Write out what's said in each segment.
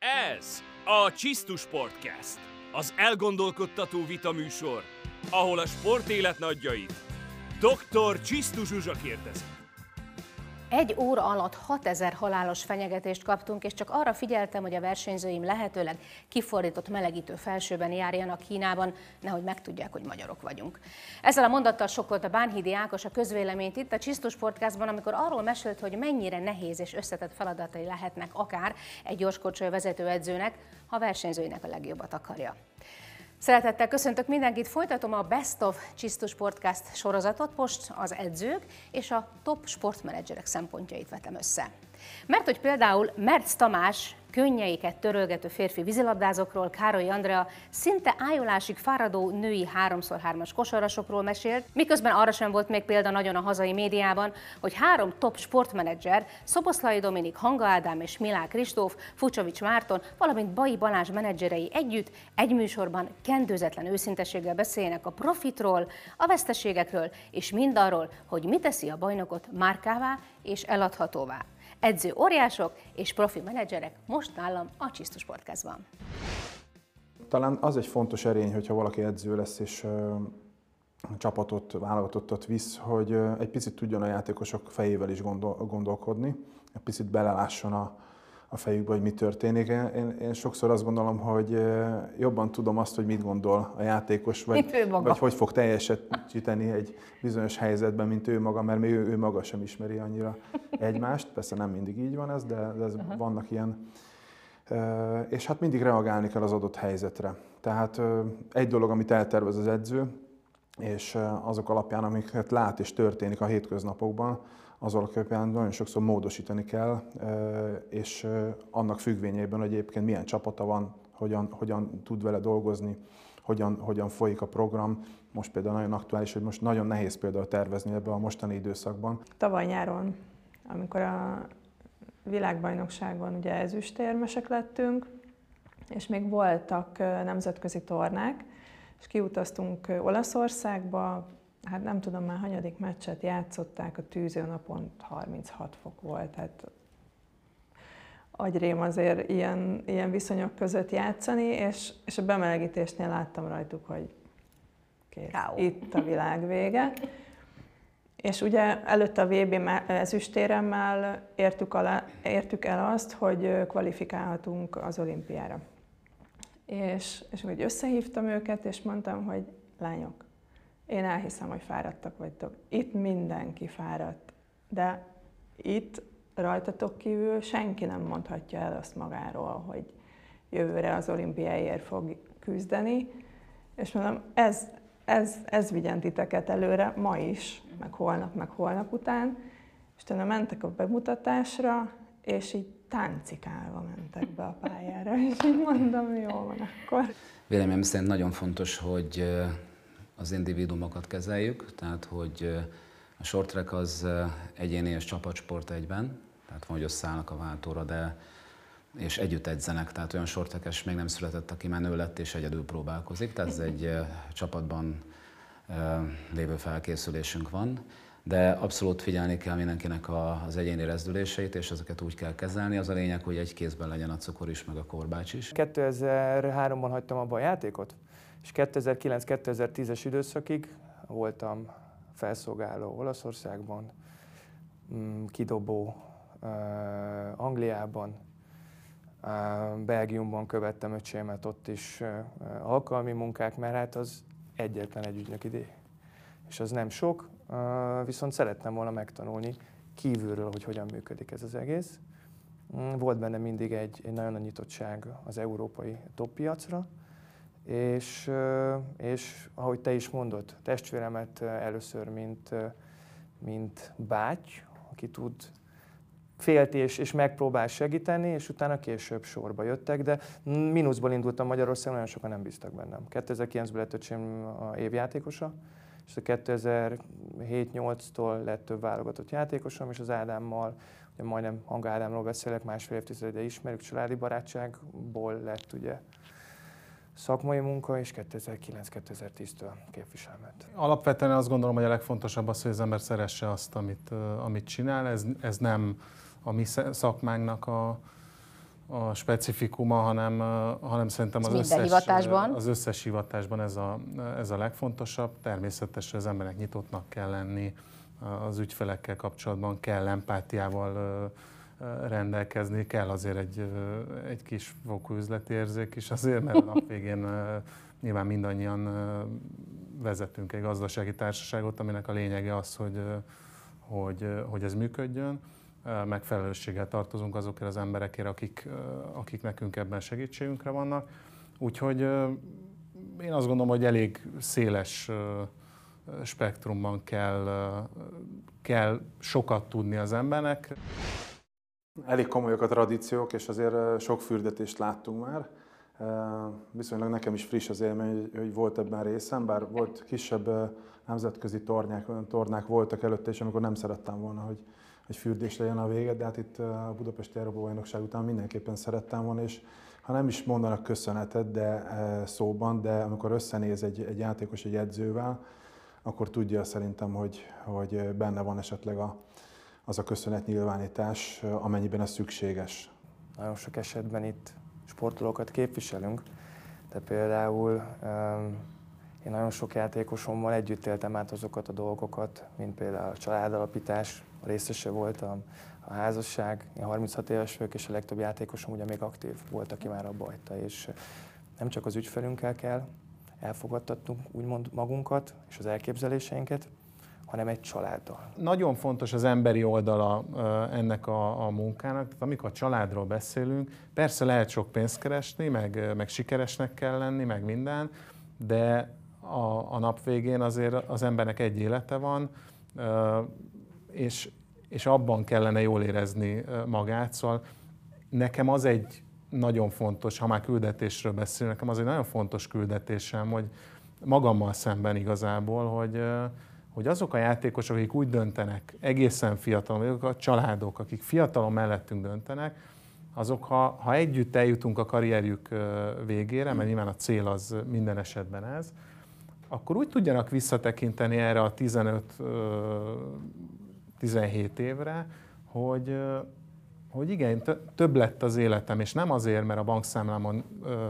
Ez a Csisztus Podcast, az elgondolkodtató vitaműsor, ahol a sportélet nagyjait Dr. Csisztus Zsuzsa kérdezi. Egy óra alatt 6000 halálos fenyegetést kaptunk, és csak arra figyeltem, hogy a versenyzőim lehetőleg kifordított melegítő felsőben járjanak Kínában, nehogy megtudják, hogy magyarok vagyunk. Ezzel a mondattal sokkolta Bánhidi Ákos a közvéleményt itt a Csisztus Podcastban, amikor arról mesélt, hogy mennyire nehéz és összetett feladatai lehetnek akár egy gyorskocsolya vezetőedzőnek, ha a versenyzőinek a legjobbat akarja. Szeretettel köszöntök mindenkit, folytatom a Best of Csisztus Podcast sorozatot, most az edzők és a top sportmenedzserek szempontjait vetem össze. Mert hogy például Mertz Tamás könnyeiket törölgető férfi vízilabdázókról, Károly Andrea szinte ájulásig fáradó női 3x3-as kosarasokról mesélt, miközben arra sem volt még példa nagyon a hazai médiában, hogy 3 top sportmenedzser, Szoboszlai Dominik, Hanga Ádám és Milák Kristóf, Fucsovics Márton, valamint Bai Balázs menedzserei együtt egy műsorban kendőzetlen őszintességgel beszélnek a profitról, a veszteségekről és mindarról, hogy mi teszi a bajnokot márkává és eladhatóvá. Edző óriások és profi menedzserek most nálam a Csisztus Podcastban. Talán az egy fontos erény, hogyha valaki edző lesz és csapatot, válogatottat visz, hogy egy picit tudjon a játékosok fejével is gondolkodni, egy picit belelásson a fejükbe, hogy mi történik. Én sokszor azt gondolom, hogy jobban tudom azt, hogy mit gondol a játékos, vagy hogy fog teljesíteni egy bizonyos helyzetben, mint ő maga, mert még ő maga sem ismeri annyira egymást. Persze nem mindig így van ez, de vannak ilyen. És hát mindig reagálni kell az adott helyzetre. Tehát egy dolog, amit eltervez az edző, és azok alapján, amiket lát és történik a hétköznapokban, az alapján nagyon sokszor módosítani kell, és annak függvényében, hogy egyébként milyen csapata van, hogyan tud vele dolgozni, hogyan folyik a program. Most például nagyon aktuális, hogy most nagyon nehéz például tervezni ebben a mostani időszakban. Tavaly nyáron, amikor a világbajnokságon ugye ezüstérmesek lettünk, és még voltak nemzetközi tornák, és kiutaztunk Olaszországba, hát nem tudom már hanyadik meccset játszották, a tűzőnapon 36 fok volt, tehát agyrém azért ilyen viszonyok között játszani, és a bemelegítésnél láttam rajtuk, hogy kész, itt a világ vége. És ugye előtte a VB ezüstéremmel értük el azt, hogy kvalifikálhatunk az olimpiára. És úgy összehívtam őket, és mondtam, hogy lányok, én elhiszem, hogy fáradtak vagytok. Itt mindenki fáradt, de itt rajtatok kívül senki nem mondhatja el azt magáról, hogy jövőre az olimpiáért fog küzdeni. És mondom, ez vigyen titeket előre, ma is, meg holnap után. És utána mentek a bemutatásra, és így táncikálva mentek be a pályára, és így mondom, jó van akkor. Véleményem szerint nagyon fontos, hogy az individuumokat kezeljük, tehát hogy a short track az egyéni és csapatsport egyben, tehát van, hogy összeállnak a váltóra, és együtt edzenek, tehát olyan short trackes még nem született, aki menő lett és egyedül próbálkozik, tehát ez egy csapatban lévő felkészülésünk van, de abszolút figyelni kell mindenkinek az egyéni rezdüléseit, és ezeket úgy kell kezelni. Az a lényeg, hogy egy kézben legyen a cukor is, meg a korbács is. 2003-ban hagytam abba a játékot, és 2009-2010-es időszakig voltam felszolgáló Olaszországban, kidobó Angliában, Belgiumban követtem öcsémet, ott is alkalmi munkák, mert hát az egyetlen egy ügynöki díj. És az nem sok, viszont szerettem volna megtanulni kívülről, hogy hogyan működik ez az egész. Volt benne mindig egy nagyon nagy nyitottság az európai toppiacra, és ahogy te is mondod, testvéremet először mint báty, aki tud félt és megpróbál segíteni, és utána később sorba jöttek, de mínuszból indultam Magyarországon, nagyon sokan nem bíztak bennem. 2009-ben lett öcsém a évjátékosa, és a 2007-8-tól lett több válogatott játékosom, és az Ádámmal, ugye majdnem Hanga Ádámról beszélek, másfél évtizede ismerjük, családi barátságból lett ugye szakmai munka, és 2009-2010-től képviselmet. Alapvetően azt gondolom, hogy a legfontosabb az, hogy az ember szeresse azt, amit csinál. Ez nem a mi szakmánknak a specifikuma, hanem szerintem az összes hivatásban ez a legfontosabb. Természetesen az embernek nyitottnak kell lenni, az ügyfelekkel kapcsolatban kell empátiával rendelkezni, kell azért egy kis fokú üzleti érzék is azért, mert a nap végén nyilván mindannyian vezetünk egy gazdasági társaságot, aminek a lényege az, hogy ez működjön. Meg felelősséggel tartozunk azokért az emberekért, akik nekünk ebben segítségünkre vannak. Úgyhogy én azt gondolom, hogy elég széles spektrumban kell sokat tudni az embernek. Elég komolyak a tradíciók, és azért sok fürdetést láttunk már. Viszonylag nekem is friss az élmény, hogy volt ebben részem, bár volt kisebb nemzetközi tornák voltak előtte, és amikor nem szerettem volna, hogy fürdés legyen a vége, de hát itt a Budapesti Európa-bajnokság után mindenképpen szerettem volna, és ha nem is mondanak köszönetet szóban, de amikor összenéz egy játékos egy edzővel, akkor tudja szerintem, hogy benne van esetleg az a köszönetnyilvánítás, amennyiben ez szükséges. Nagyon sok esetben itt sportolókat képviselünk, de például én nagyon sok játékosommal együtt éltem át azokat a dolgokat, mint például a családalapítás, a részese volt a házasság. Én 36 éves vagyok, és a legtöbb játékosom ugye még aktív volt, aki már abba hagyta, és nem csak az ügyfelünkkel kell elfogadtatnunk úgymond magunkat és az elképzeléseinket, hanem egy családdal. Nagyon fontos az emberi oldala ennek a munkának. Tehát amikor a családról beszélünk, persze lehet sok pénzt keresni, meg sikeresnek kell lenni, meg minden, de a nap végén azért az embernek egy élete van, és abban kellene jól érezni magát. Szóval nekem az egy nagyon fontos, ha már küldetésről beszélünk, nekem az egy nagyon fontos küldetésem, hogy magammal szemben igazából, hogy azok a játékosok, akik úgy döntenek, egészen fiatalon, azok a családok, akik fiatalon mellettünk döntenek, azok, ha együtt eljutunk a karrierjük végére, mert nyilván a cél az minden esetben ez, akkor úgy tudjanak visszatekinteni erre a 15-17 évre, hogy igen, több lett az életem, és nem azért, mert a bankszámlámon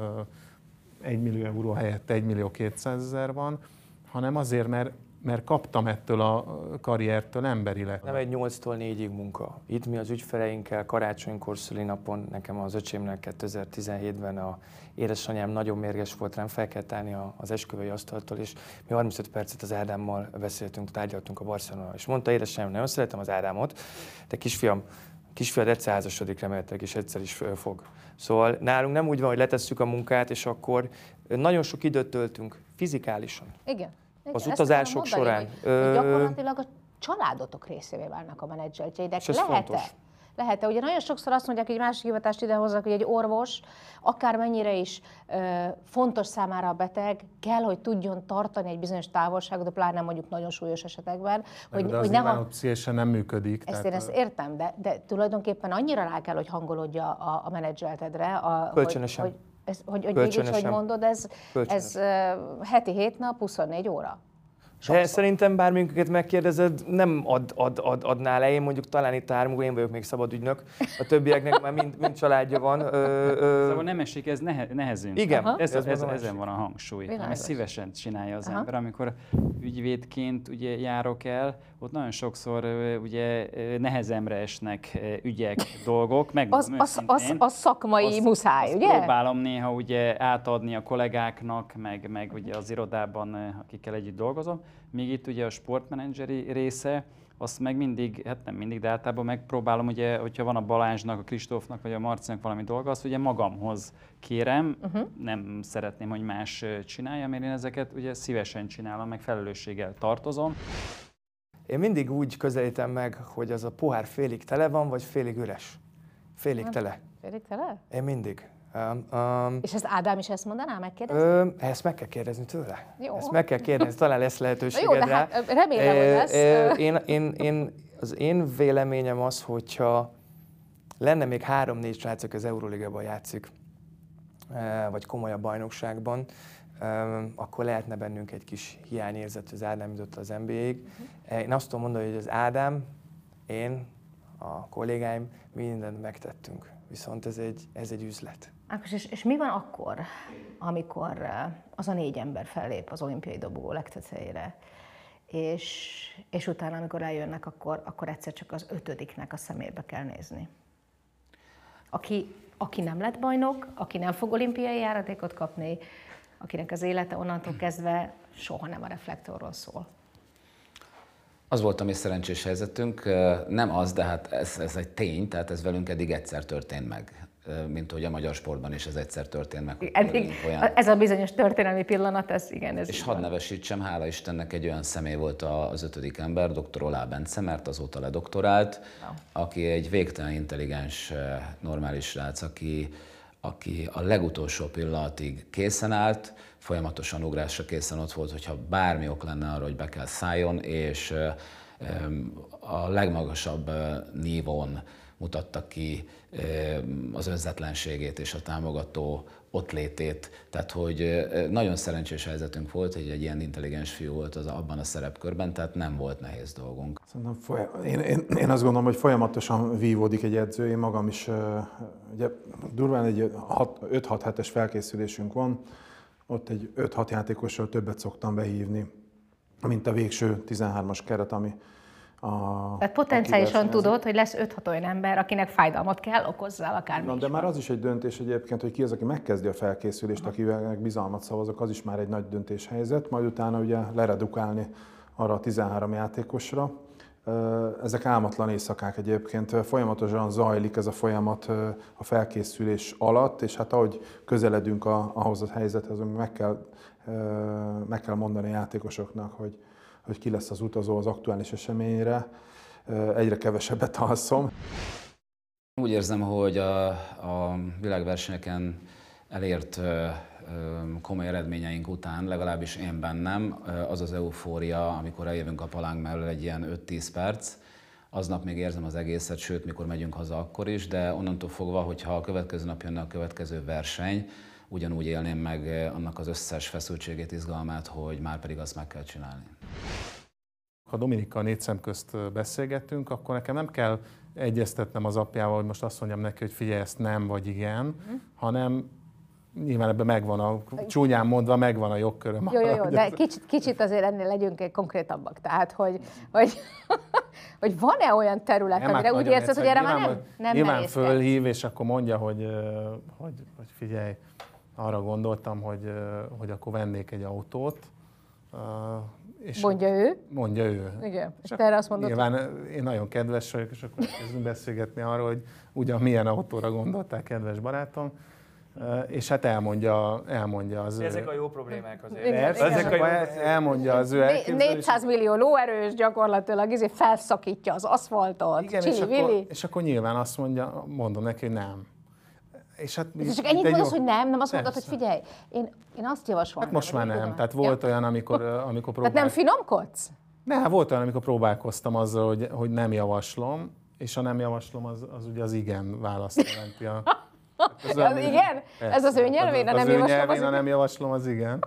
1 millió euró helyett 1 millió 200 000 van, hanem azért, mert kaptam ettől a karriertől emberileg. Nem egy 8-tól 4-ig munka. Itt mi az ügyfeleinkkel karácsonykor, szülinapon, nekem az öcsémnek 2017-ben a édesanyám nagyon mérges volt rám, fel kellett állni az esküvői asztaltól, és mi 35 percet az Ádámmal beszéltünk, tárgyaltunk a Barcelonával, és mondta édesanyám, nagyon szeretem az Ádámot, de kisfiad egyszer házasodik remélhetőleg, és egyszer is fog. Szóval nálunk nem úgy van, hogy letesszük a munkát, és akkor nagyon sok időt töltünk fizikálisan. Igen. Az utazások során. Hogy gyakorlatilag a családotok részévé válnak a menedzseltjeidek. Lehet-e? Ugye nagyon sokszor azt mondják, hogy egy másik hivatást idehoznak, hogy egy orvos, akármennyire is fontos számára a beteg, kell, hogy tudjon tartani egy bizonyos távolságot, de pláne mondjuk nagyon súlyos esetekben. De az nyilván pszichésen nem működik. Én ezt értem, de tulajdonképpen annyira rá kell, hogy hangolódja a menedzseltedre. Kölcsönösen. Hogy mégis, hogy mondod, ez heti 7 nap, 24 óra. De szerintem bárminket megkérdezed, nem adná le. Én mondjuk talán itt a én vagyok még szabadügynök, a többieknek már mind családja van. Szóval nem esik, ez nehezünk. Igen. Ezen van a hangsúly. Ezt szívesen csinálja az ember. Amikor ügyvédként ugye járok el, ott nagyon sokszor ugye nehezemre esnek ügyek, dolgok. Az szakmai muszáj, ugye? Próbálom néha ugye átadni a kollégáknak, meg ugye az irodában, akikkel együtt dolgozom. Míg itt ugye a sportmenedzseri része, azt meg mindig, hát nem mindig, de általában megpróbálom, ugye, hogyha van a Balázsnak, a Kristófnak vagy a Marcinak valami dolga, azt ugye magamhoz kérem, nem szeretném, hogy más csinálja, mert én ezeket ugye szívesen csinálom, meg felelősséggel tartozom. Én mindig úgy közelítem meg, hogy az a pohár félig tele van, vagy félig üres. Félig tele. Félig tele? Én mindig. És ezt Ádám is ezt mondaná, megkérdezni? Ezt meg kell kérdezni tőle. Jó. Ezt meg kell kérdezni, talán lesz lehetőséged rá. Hát remélem, hogy lesz. Az én véleményem az, hogyha lenne még 3-4 srácok az Euróligában játszik, vagy komolyabb bajnokságban, akkor lehetne bennünk egy kis hiányérzet, hogy az Ádám jutott az NBA-ig. Én azt tudom mondani, hogy az Ádám, én, a kollégáim mindent megtettünk. viszont ez egy üzlet. Ákos, és mi van akkor, amikor az a 4 ember fellép az olimpiai dobogó legtetejére, és utána, amikor eljönnek, akkor egyszer csak az 5-nek a szemébe kell nézni? Aki nem lett bajnok, aki nem fog olimpiai járatékot kapni, akinek az élete onnantól kezdve soha nem a reflektorról szól. Az volt a mi szerencsés helyzetünk, nem az, de hát ez egy tény, tehát ez velünk eddig egyszer történt meg, mint hogy a magyar sportban is ez egyszer történt meg. Ez a bizonyos történelmi pillanat, ez És hadd nevesítsem, hála Istennek egy olyan személy volt az 5. ember, dr. Olá Bence, mert azóta ledoktorált, aki egy végtelen intelligens, normális srác, aki a legutolsó pillanatig készen állt, folyamatosan ugrásra készen ott volt, hogyha bármi ok lenne arra, hogy be kell szálljon, és a legmagasabb nívón mutatta ki az önzetlenségét és a támogató ottlétét. Tehát, hogy nagyon szerencsés helyzetünk volt, hogy egy ilyen intelligens fiú volt abban a szerepkörben, tehát nem volt nehéz dolgunk. Én azt gondolom, hogy folyamatosan vívódik egy edző. Én magam is, ugye durván egy 5-6 hetes felkészülésünk van, ott egy 5-6 játékossal többet szoktam behívni, mint a végső 13-as keret, ami tehát potenciálisan tudod, hogy lesz 5-6 olyan ember, akinek fájdalmat kell okozzál akármi. De már az is egy döntés egyébként, hogy ki az, aki megkezdi a felkészülést, akivel bizalmat szavazok, az is már egy nagy döntéshelyzet, majd utána ugye leredukálni arra a 13 játékosra. Ezek álmatlan éjszakák egyébként, folyamatosan zajlik ez a folyamat a felkészülés alatt, és hát ahogy közeledünk ahhoz a helyzethez, meg kell mondani a játékosoknak, hogy ki lesz az utazó az aktuális eseményre, egyre kevesebbet alszom. Úgy érzem, hogy a világversenyeken elért komoly eredményeink után, legalábbis én bennem, az az eufória, amikor eljövünk a palánk mellől egy ilyen 5-10 perc, aznap még érzem az egészet, sőt, mikor megyünk haza akkor is, de onnantól fogva, hogyha a következő nap jönne a következő verseny, ugyanúgy élném meg annak az összes feszültségét, izgalmát, hogy már pedig azt meg kell csinálni. Ha Dominikkal 4 szem közt beszélgettünk, akkor nekem nem kell egyeztetnem az apjával, hogy most azt mondjam neki, hogy figyelj, ezt nem vagy igen, hanem nyilván ebben megvan csúnyán mondva, megvan a jogköröm. Jó, de kicsit azért ennél legyünk konkrétabbak. Tehát, hogy van-e olyan terület, amire úgy érzed, hogy erre már nem nyilván fölhív, és akkor mondja, hogy figyelj, arra gondoltam, hogy akkor vennék egy autót. És mondja ő? Mondja ő. Igen, és te erre azt mondod? Nyilván én nagyon kedves vagyok, és akkor kezdünk beszélgetni arról, hogy ugyan milyen autóra gondoltál, kedves barátom. És hát elmondja az ő... Ezek a jó problémák azért. Elmondja az ő elképzelését. 400 millió lóerős gyakorlatilag felszakítja az aszfaltot. Igen, és akkor nyilván azt mondom neki, hogy nem. És csak ennyit mondasz, hogy nem azt mondod, hogy figyelj, én azt javasolom. Hát most már nem. Tehát volt olyan, amikor Tehát nem finomkodsz? Volt olyan, amikor próbálkoztam azzal, hogy nem javaslom, és a nem javaslom, az ugye az igen választ jelenti. Az igen? Persze. Ez az ő nyelvén, a nem javaslom, az nem javaslom, az igen.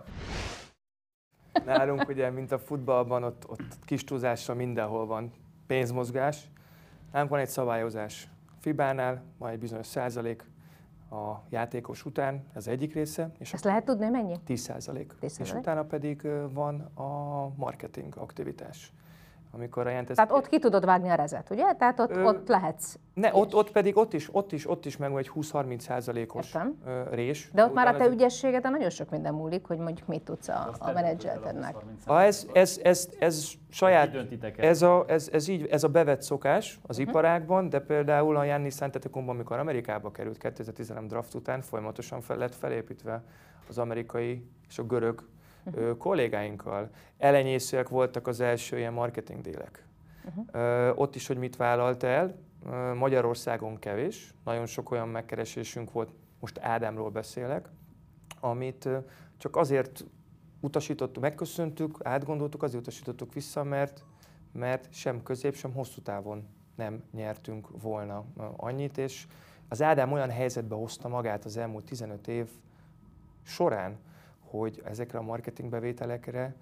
Nálunk ugye, mint a futballban, ott kis túlzásra mindenhol van pénzmozgás. Nálunk van egy szabályozás. FIBA-nál van egy bizonyos százalék a játékos után, ez egyik része. És ezt lehet tudni, mennyi? 10%. És utána pedig van a marketing aktivitás. Amikor tehát ott ki tudod vágni a rezet, ugye? Tehát ott lehetsz. Ott is megvan egy 20-30%-os rés. De ott már a te ügyességed, nagyon sok minden múlik, hogy mondjuk mit tudsz a menedzseltednek. Ez saját, ez a bevett szokás az iparágban, de például a Giannis Antetokounmpo, amikor Amerikába került 2013 draft után, folyamatosan lett felépítve az amerikai és a görög kollégáinkkal. Elenyészőek voltak az első ilyen marketing délek. Ott is, hogy mit vállalt el, Magyarországon kevés, nagyon sok olyan megkeresésünk volt, most Ádámról beszélek, amit csak azért utasítottuk, megköszöntük, átgondoltuk, azért utasítottuk vissza, mert sem közép, sem hosszú távon nem nyertünk volna annyit, és az Ádám olyan helyzetbe hozta magát az elmúlt 15 év során, hogy ezekre a marketing bevételekre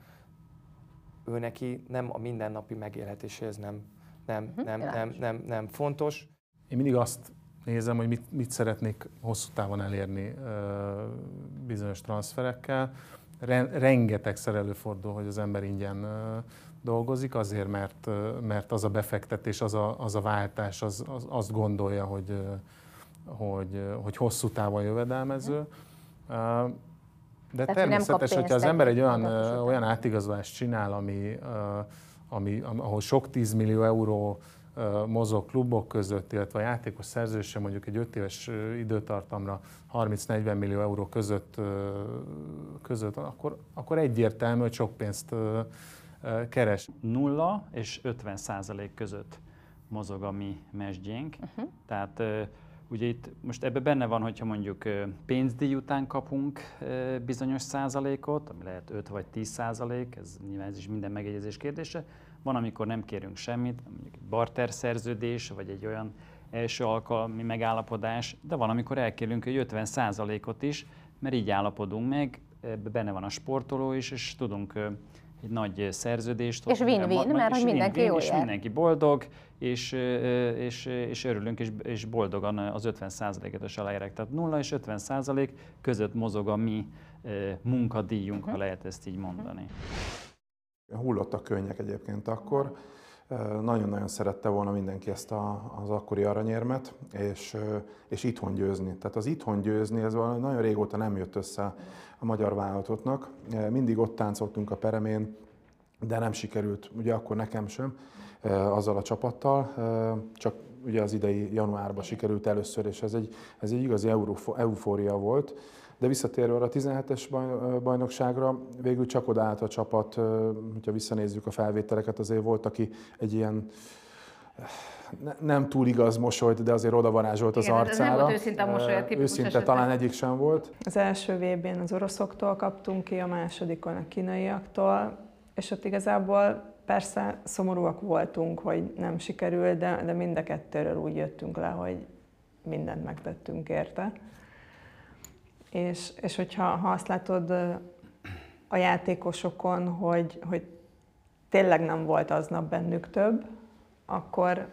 ő neki nem a mindennapi megélhetéséhez nem fontos. Én mindig azt nézem, hogy mit szeretnék hosszú távon elérni bizonyos transferekkel. Rengetegszer előfordul, hogy az ember ingyen dolgozik, azért, mert az a befektetés, az a váltás, azt gondolja, hogy hosszú távon jövedelmező. De tehát, természetes, hogyha az ember egy olyan átigazolást csinál, ahol sok 10 millió euró mozog klubok között, illetve a játékos szerződése mondjuk egy 5 éves időtartamra 30-40 millió euró között akkor egyértelmű, hogy sok pénzt keres. 0 és 50% között mozog a mi mesdjénk. Tehát ugye itt most ebben benne van, hogyha mondjuk pénzdíj után kapunk bizonyos százalékot, ami lehet 5 vagy 10%, ez nyilván ez is minden megegyezés kérdése. Van, amikor nem kérünk semmit, mondjuk egy barter szerződés, vagy egy olyan első alkalmi megállapodás, de van, amikor elkérünk egy 50%-ot is, mert így állapodunk meg, ebben benne van a sportoló is, és tudunk egy nagy szerződést. És win-win, mert hogy mindenki jól jár. És mindenki boldog, és örülünk, és boldogan az 50%-et aláérek. Tehát 0 és 50% között mozog a mi munkadíjunk, ha lehet ezt így mondani. Hullottak könnyek egyébként akkor. Nagyon-nagyon szerette volna mindenki ezt az akkori aranyérmet, és itthon győzni. Tehát az itthon győzni, ez valami nagyon régóta nem jött össze a magyar vállalatoknak. Mindig ott táncoltunk a peremén, de nem sikerült, ugye akkor nekem sem, azzal a csapattal, csak ugye az idei januárban sikerült először, és ez egy igazi eufória volt. De visszatérve arra a 17-es bajnokságra, végül csak odaállt a csapat, hogyha visszanézzük a felvételeket, azért volt, aki egy ilyen nem túl igaz mosolyt, de azért odavarázsolt az arcára. Ez nem volt őszinte mosoly, a tipikus őszinte esetben. talán egyik sem volt. Az első VB-n az oroszoktól kaptunk ki, a másodikon a kínaiaktól, és ott igazából persze szomorúak voltunk, hogy nem sikerült, de mind a kettőről úgy jöttünk le, hogy mindent megtettünk érte. És hogyha azt látod a játékosokon, hogy tényleg nem volt aznap bennük több, akkor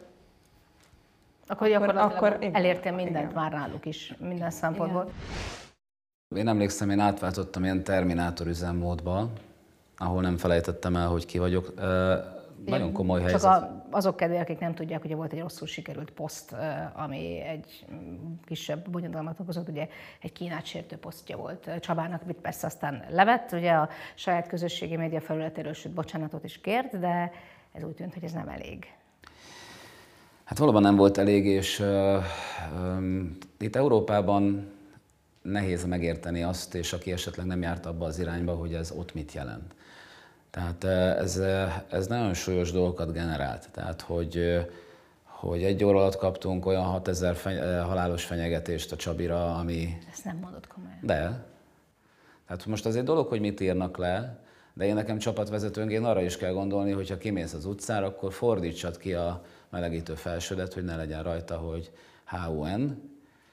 elértél mindent már náluk is, minden szempontból. Én emlékszem, én átváltottam ilyen Terminátor üzemmódba, ahol nem felejtettem el, hogy ki vagyok. Nagyon komoly helyzet. Csak azok kedvéért, akik nem tudják, ugye volt egy rosszul sikerült poszt, ami egy kisebb bonyodalmat okozott, ugye egy Kínát sértő posztja volt Csabának, amit persze aztán levett, ugye a saját közösségi média felületéről, sőt bocsánatot is kért, de ez úgy tűnt, hogy ez nem elég. Hát valóban nem volt elég, és itt Európában nehéz megérteni azt, és aki esetleg nem járt abba az irányba, hogy ez ott mit jelent. Tehát ez nagyon súlyos dolgokat generált. Tehát, hogy egy óra alatt kaptunk olyan 6000 halálos fenyegetést a Csabira, ami... Ezt nem mondod komolyan. De. Tehát most az egy dolog, hogy mit írnak le, de én nekem csapatvezetőnként arra is kell gondolni, hogy ha kimész az utcára, akkor fordítsad ki a melegítő felsődet, hogy ne legyen rajta, hogy HUN,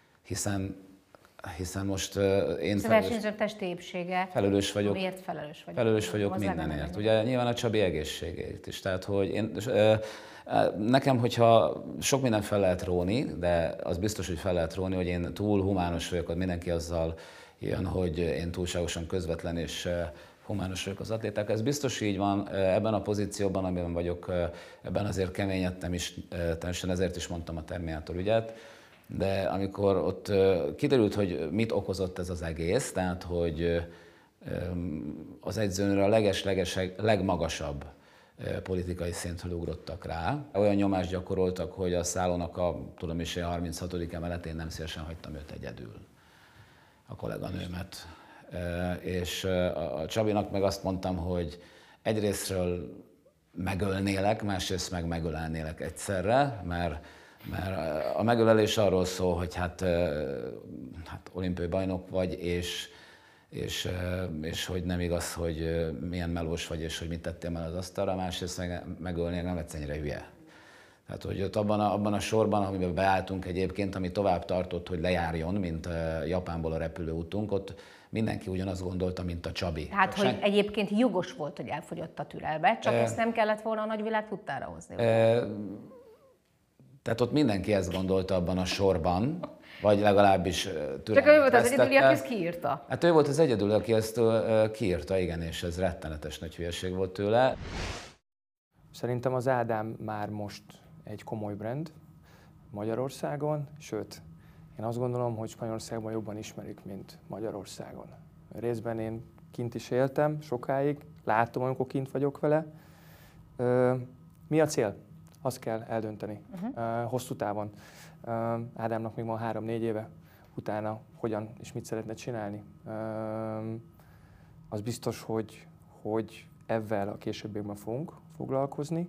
hiszen most én versenyzők testi épsége, felelős vagyok. Miért felelős vagyok? Felelős vagyok mindenért. Ugye nyilván a Csabi egészségét is. Tehát, hogy nekem, hogyha sok mindent fel lehet róni, de az biztos, hogy fel lehet róni, hogy én túl humános vagyok, hogy mindenki azzal jön, hogy én túlságosan közvetlen és humános vagyok az atléták. Ez biztos így van, ebben a pozícióban, amiben vagyok, ebben azért keményedtem is, természetesen ezért is mondtam a Terminátor ügyet. De amikor ott kiderült, hogy mit okozott ez az egész, tehát hogy az edzőnőre a legmagasabb politikai szintről ugrottak rá. Olyan nyomást gyakoroltak, hogy a szállónak a 36. emeletén nem szívesen hagytam őt egyedül, a kolléganőmet. És a Csabinak meg azt mondtam, hogy egyrésztről megölnélek, másrészt meg megölelnélek egyszerre, mert a megölelés arról szól, hogy hát olimpiai bajnok vagy, és hogy nem igaz, hogy milyen melós vagy, és hogy mit tettél már az asztalra, másrészt megölni nem lesz ennyire hülye. Tehát, hogy ott abban a sorban, amiben beálltunk egyébként, ami tovább tartott, hogy lejárjon, mint Japánból a repülőútunk, ott mindenki ugyanazt gondolta, mint a Csabi. Tehát, hogy egyébként jogos volt, hogy elfogyott a türelme, csak ezt nem kellett volna a nagyvilág tudtára hozni. Tehát ott mindenki ezt gondolta abban a sorban, vagy legalábbis türelmét Csak ő volt az egyedüli, aki ezt kiírta. Hát ő volt az egyedüli, aki ezt kiírta, igen, és ez rettenetes nagy hülyeség volt tőle. Szerintem az Ádám már most egy komoly brand Magyarországon, sőt, én azt gondolom, hogy Spanyolországban jobban ismerik, mint Magyarországon. Részben én kint is éltem sokáig, látom, amikor kint vagyok vele. Mi a cél? Azt kell eldönteni hosszú távon. Ádámnak még van 3-4 éve, utána hogyan és mit szeretne csinálni. Az biztos, hogy ezzel a későbbiekben fogunk foglalkozni.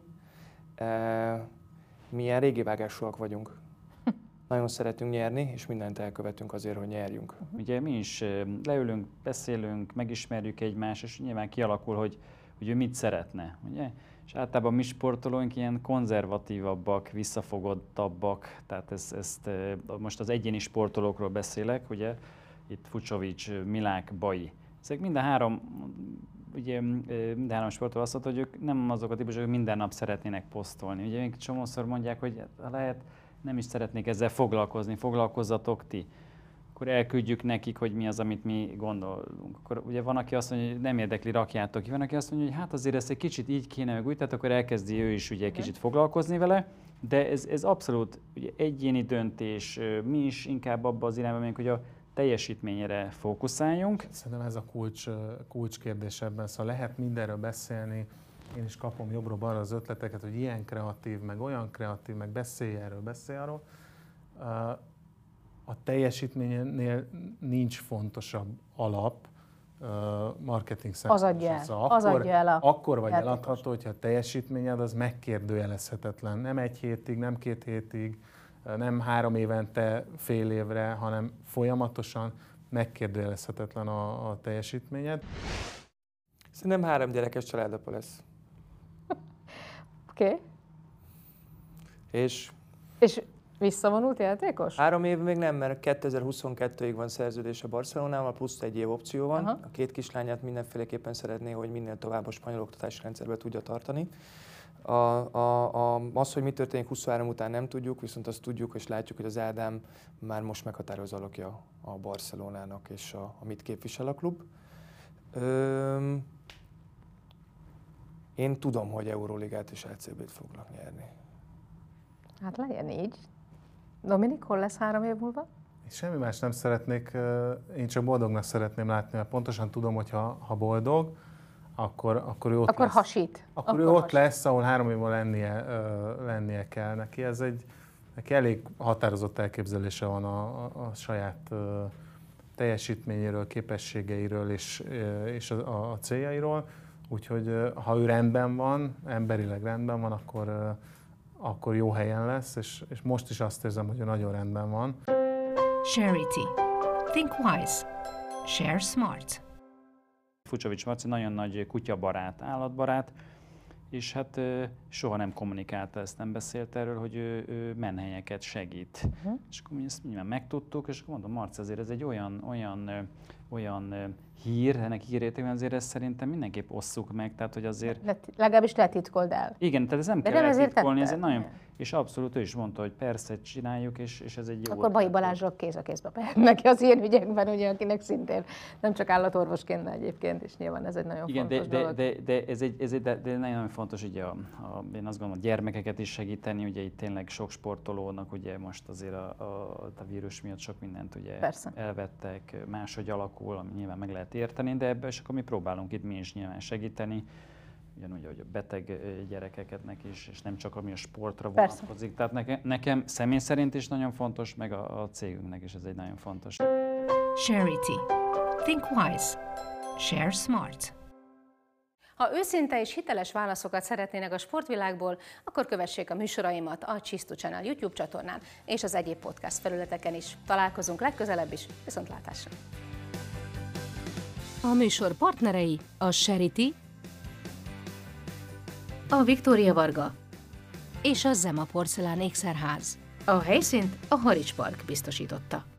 Mi ilyen régi vágásúak vagyunk. Nagyon szeretünk nyerni, és mindent elkövetünk azért, hogy nyerjünk. Ugye mi is leülünk, beszélünk, megismerjük egymást, és nyilván kialakul, hogy ő mit szeretne, ugye? És általában mi sportolóink ilyen konzervatívabbak, visszafogottabbak, tehát ezt most az egyéni sportolókról beszélek, ugye? Itt Fucsovics, Milák, Bai. Ezek mind a három sportoló azt mondta, hogy ők nem azok a típusok, hogy minden nap szeretnének posztolni. Ugye még csomószor mondják, hogy ha lehet, nem is szeretnék ezzel foglalkozni, foglalkozzatok ti. Akkor elküldjük nekik, hogy mi az, amit mi gondolunk. Akkor ugye van, aki azt mondja, hogy nem érdekli, rakjátok ki. Van, aki azt mondja, hogy hát azért ezt egy kicsit így kéne, meg úgy, tehát akkor elkezdi ő is ugye kicsit foglalkozni vele. De ez abszolút ugye egyéni döntés. Mi is inkább abba az irányba megyünk, hogy a teljesítményre fókuszáljunk. Szerintem ez a kulcskérdés ebben. Szóval lehet mindenről beszélni. Én is kapom jobbról-balra az ötleteket, hogy ilyen kreatív, meg olyan kreatív, meg beszélj erről, beszélj arról. A teljesítménynél nincs fontosabb alap, marketing szempontból. Az adja el akkor vagy eladható, hogyha a teljesítményed az megkérdőjelezhetetlen. Nem 1 hétig, nem 2 hétig, nem 3 évente, fél évre, hanem folyamatosan megkérdőjelezhetetlen a teljesítményed. Szerintem 3 gyerekes családapa lesz. Oké. És visszavonult játékos? 3 év még nem, mert 2022-ig van szerződés a Barcelonával, plusz 1 év opció van. A 2 kislányát mindenféleképpen szeretné, hogy minél tovább a spanyol oktatási rendszerbe tudja tartani. Az, hogy mi történik 23 után nem tudjuk, viszont azt tudjuk és látjuk, hogy az Ádám már most meghatározó alakja a Barcelonának és amit képvisel a klub. Én tudom, hogy Euróligát és ECB-t foglak nyerni. Hát legyen így. Dominik, hol lesz 3 év múlva? Semmi más nem szeretnék, én csak boldognak szeretném látni, mert pontosan tudom, hogy ha boldog, akkor ő ott akkor lesz. Hasít. Akkor ő ott lesz, ahol 3 évvel lennie kell neki. Neki elég határozott elképzelése van a saját teljesítményéről, képességeiről és a céljairól. Úgyhogy ha ő rendben van, emberileg rendben van, akkor jó helyen lesz, és most is azt érzem, hogy ő nagyon rendben van. Charity. Think wise. Share smart. Fucsovics Marci nagyon nagy kutyabarát, állatbarát, és hát soha nem kommunikálta ezt, nem beszélt erről, hogy ő menhelyeket segít. És akkor mi ezt nyilván megtudtuk, és akkor mondom, Marci, azért ez egy olyan hír, ennek hírértékben azért ezt szerintem mindenképp osszuk meg, tehát hogy azért... Legalábbis letitkold el. Igen, tehát ez nem kell letitkolni, ez egy nagyon... És abszolút ő is mondta, hogy persze csináljuk, és ez egy jó... Akkor Bai Balázsról kéz a kézbe neki az ilyen ügyekben, ugye, akinek szintén nem csak állatorvosként, de egyébként is nyilván ez egy nagyon fontos dolog. De ez nagyon fontos, ugye én azt gondolom, a gyermekeket is segíteni, ugye itt tényleg sok sportolónak, ugye most azért a vírus miatt sok mindent ugye elvettek, máshogy alakul, ami nyilván meg lehet érteni, de ebben is akkor mi próbálunk itt mi is nyilván segíteni, ugyanúgy, hogy a beteg gyerekeknek is, és nem csak ami a sportra vonatkozik. Tehát nekem személy szerint is nagyon fontos, meg a cégünknek is ez egy nagyon fontos. Charity. Think wise. Share smart. Ha őszinte és hiteles válaszokat szeretnének a sportvilágból, akkor kövessék a műsoraimat a Csisztu Channel YouTube csatornán és az egyéb podcast felületeken is. Találkozunk legközelebb is, viszontlátásra! A műsor partnerei a Charity, a Viktória Varga és a Zema Porcelán Ékszerház. A helyszínt a Harics Park biztosította.